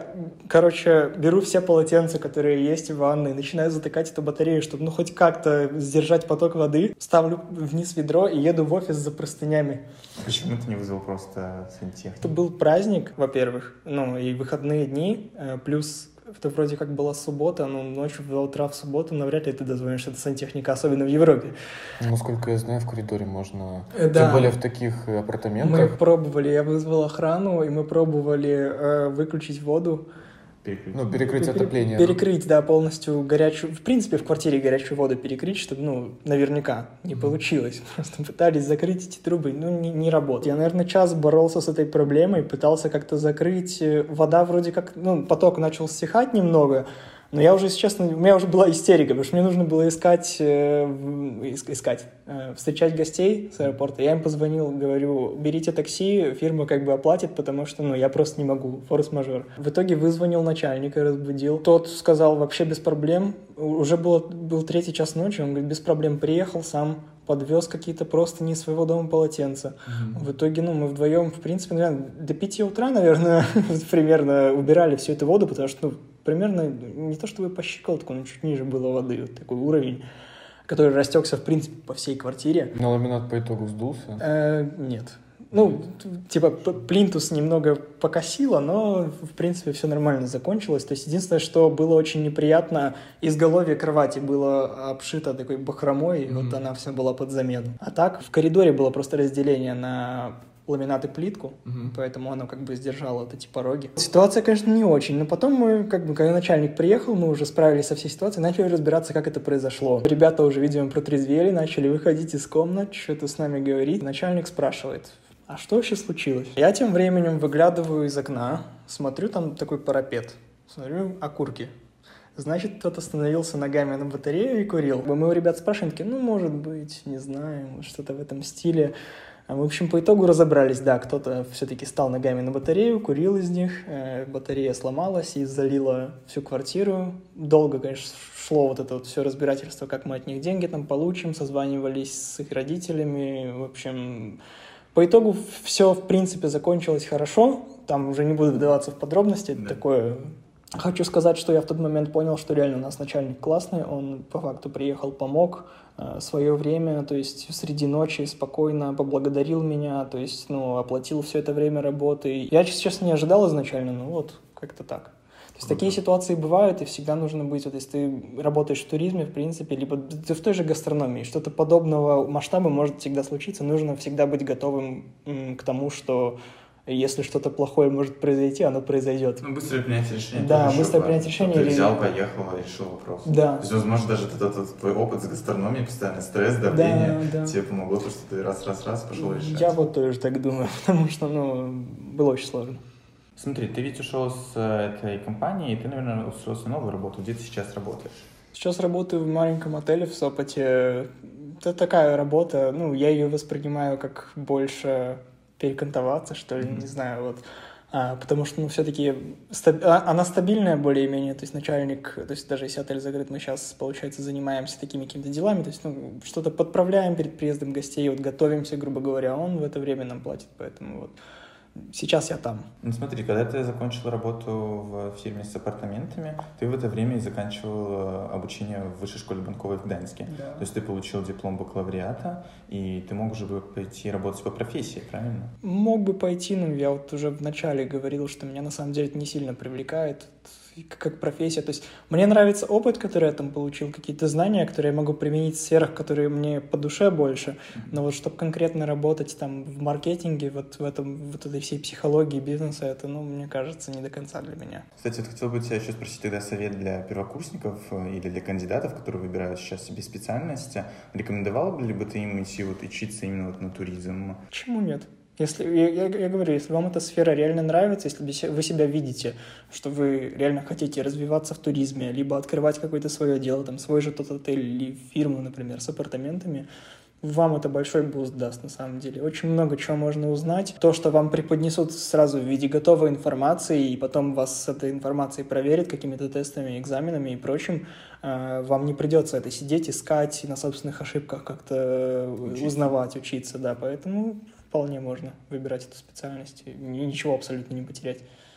Короче, беру все полотенца, которые есть в ванной, начинаю затыкать эту батарею, чтобы ну хоть как-то сдержать поток воды. Ставлю вниз ведро и еду в офис за простынями. Почему ты не вызвал просто сантехника? Это был праздник, во-первых, ну и выходные дни, плюс это вроде как была суббота, но ночью до утра в субботу навряд ли ты дозвонишься до сантехника, особенно в Европе. Насколько я знаю, в коридоре можно... Да. Тем более в таких апартаментах. Мы пробовали, я вызвал охрану, и мы пробовали э, выключить воду. Перекрыть. Ну, перекрыть Пере- отопление. Перекрыть, да, полностью горячую... В принципе, в квартире горячую воду перекрыть, чтобы, ну, наверняка не получилось. Просто пытались закрыть эти трубы, ну, не, не работает. Я, наверное, час боролся с этой проблемой, пытался как-то закрыть. Вода вроде как... Ну, поток начал стихать немного, но я уже, если честно, у меня уже была истерика, потому что мне нужно было искать, э, искать, э, встречать гостей с аэропорта. Я им позвонил, говорю, берите такси, фирма как бы оплатит, потому что, ну, я просто не могу, форс-мажор. В итоге вызвонил начальника, разбудил. Тот сказал, вообще без проблем. Уже было, был третий час ночи, он говорит, без проблем, приехал сам, подвез какие-то просто не из своего дома полотенца. Mm-hmm. В итоге, ну, мы вдвоем, в принципе, наверное, до пяти утра, наверное, примерно убирали всю эту воду, потому что, ну, примерно, не то чтобы по щиколотку, но чуть ниже было воды, вот такой уровень, который растекся, в принципе, по всей квартире. Но ламинат по итогу сдулся? Э, нет. Ну, типа, плинтус немного покосило, но, в принципе, все нормально закончилось. То есть, единственное, что было очень неприятно, изголовье кровати было обшито такой бахромой, и mm-hmm. вот она вся была под замену. А так, в коридоре было просто разделение на ламинат и плитку, mm-hmm. поэтому оно как бы сдержало вот эти пороги. Ситуация, конечно, не очень, но потом мы, как бы, когда начальник приехал, мы уже справились со всей ситуацией, начали разбираться, как это произошло. Ребята уже, видимо, протрезвели, начали выходить из комнат, что-то с нами говорить. Начальник спрашивает, а что вообще случилось? Я тем временем выглядываю из окна, смотрю, там такой парапет, смотрю, окурки. Значит, кто-то становился ногами на батарею и курил. Мы у ребят спрашиваем, такие, ну, может быть, не знаю, что-то в этом стиле. В общем, по итогу разобрались, да, кто-то все-таки стал ногами на батарею, курил из них, батарея сломалась и залила всю квартиру. Долго, конечно, шло вот это вот все разбирательство, как мы от них деньги там получим, созванивались с их родителями, в общем... По итогу все, в принципе, закончилось хорошо. Там уже не буду вдаваться в подробности. Да. Такое... Хочу сказать, что я в тот момент понял, что реально у нас начальник классный. Он по факту приехал, помог э, свое время, то есть среди ночи спокойно поблагодарил меня, то есть, ну, оплатил все это время работы. Я, честно, не ожидал изначально, но вот как-то так. То есть такие ситуации бывают, и всегда нужно быть, вот если ты работаешь в туризме, в принципе, либо ты в той же гастрономии, что-то подобного масштаба может всегда случиться, нужно всегда быть готовым м, к тому, что если что-то плохое может произойти, оно произойдет. Ну, быстрое принятие решения. Да, быстрое принятие решения. Ты взял, поехал, решил вопрос. Да. То есть, возможно, даже этот, этот твой опыт с гастрономией, постоянный стресс, давление, да, да. тебе помогло, то, что ты раз-раз-раз пошел решать. Я вот тоже так думаю, потому что, ну, было очень сложно. Смотри, ты ведь ушел с этой компании, и ты, наверное, устроился на новую работу. Где ты сейчас работаешь? Сейчас работаю в маленьком отеле в Сопоте. Это такая работа, ну, я ее воспринимаю как больше перекантоваться, что ли, mm-hmm. не знаю, вот. А, потому что, ну, все-таки стаб... она стабильная более-менее, то есть начальник, то есть даже если отель закрыт, мы сейчас, получается, занимаемся такими какими-то делами, то есть, ну, что-то подправляем перед приездом гостей, вот готовимся, грубо говоря, он в это время нам платит, поэтому вот. Сейчас я там. Ну смотри, когда ты закончил работу в фирме с апартаментами, ты в это время и заканчивал обучение в Высшей школе банковой в Гданьске. Да. То есть ты получил диплом бакалавриата, и ты мог уже бы пойти работать по профессии, правильно? Мог бы пойти, но я вот уже вначале говорил, что меня на самом деле это не сильно привлекает как профессия. То есть мне нравится опыт, который я там получил, какие-то знания, которые я могу применить в сферах, которые мне по душе больше. Mm-hmm. Но вот чтобы конкретно работать там в маркетинге, вот в этом, вот этой всей психологии бизнеса, это, ну, мне кажется, не до конца для меня. Кстати, вот хотел бы тебя еще спросить тогда совет для первокурсников или для кандидатов, которые выбирают сейчас себе специальность. Рекомендовал бы ли бы ты им идти вот учиться именно вот на туризм? Почему нет? Если, я, я, я говорю, если вам эта сфера реально нравится, если вы себя видите, что вы реально хотите развиваться в туризме, либо открывать какое-то свое дело, там, свой же тот отель или фирму, например, с апартаментами, вам это большой буст даст, на самом деле. Очень много чего можно узнать. То, что вам преподнесут сразу в виде готовой информации, и потом вас с этой информацией проверят какими-то тестами, экзаменами и прочим, вам не придется это сидеть, искать, на собственных ошибках как-то учиться. узнавать, учиться, да, поэтому... Вполне можно выбирать эту специальность и ничего абсолютно не потерять.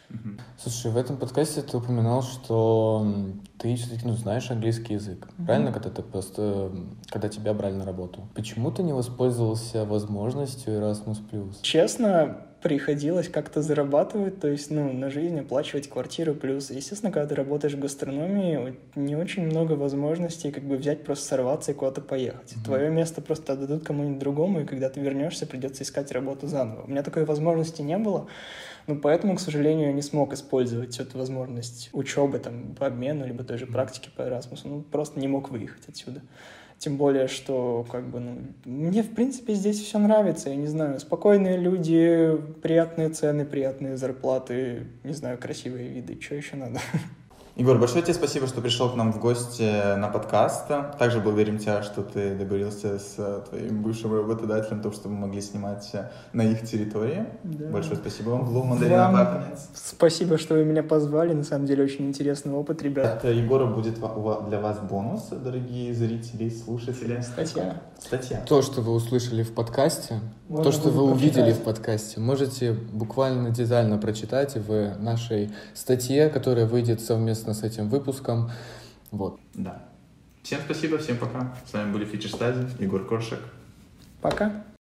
Мгм. Слушай, в этом подкасте ты упоминал, что ты все-таки, ну, знаешь английский язык. Мгм. Правильно, когда ты просто, когда тебя брали на работу? Почему ты не воспользовался возможностью Erasmus+. Честно, приходилось как-то зарабатывать, то есть, ну, на жизнь оплачивать квартиру, плюс, естественно, когда ты работаешь в гастрономии, не очень много возможностей как бы взять, просто сорваться и куда-то поехать. Мгм. Твое место просто отдадут кому-нибудь другому, и когда ты вернешься, придется искать работу заново. У меня такой возможности не было, но поэтому, к сожалению, я не смог использовать эту возможность учебы там по обмену, либо той же практики по Erasmus. Ну, просто не мог выехать отсюда. Тем более, что, как бы, ну, мне, в принципе, здесь все нравится, я не знаю, спокойные люди, приятные цены, приятные зарплаты, не знаю, красивые виды, что еще надо? Егор, большое тебе спасибо, что пришел к нам в гости на подкаст. Также благодарим тебя, что ты договорился с твоим бывшим работодателем, то, что мы могли снимать на их территории. Да. Большое спасибо вам, Blue Mandarin Вам Apartments. спасибо, что вы меня позвали, на самом деле очень интересный опыт, ребят. От Егора будет для вас бонус, дорогие зрители и слушатели. Статья. Статья. То, что вы услышали в подкасте, Можно то, что будет вы увидели прочитать. в подкасте, можете буквально детально прочитать в нашей статье, которая выйдет совместно с этим выпуском. Вот. Да. Всем спасибо, всем пока. С вами были Feature Study, Егор Коршак. Пока.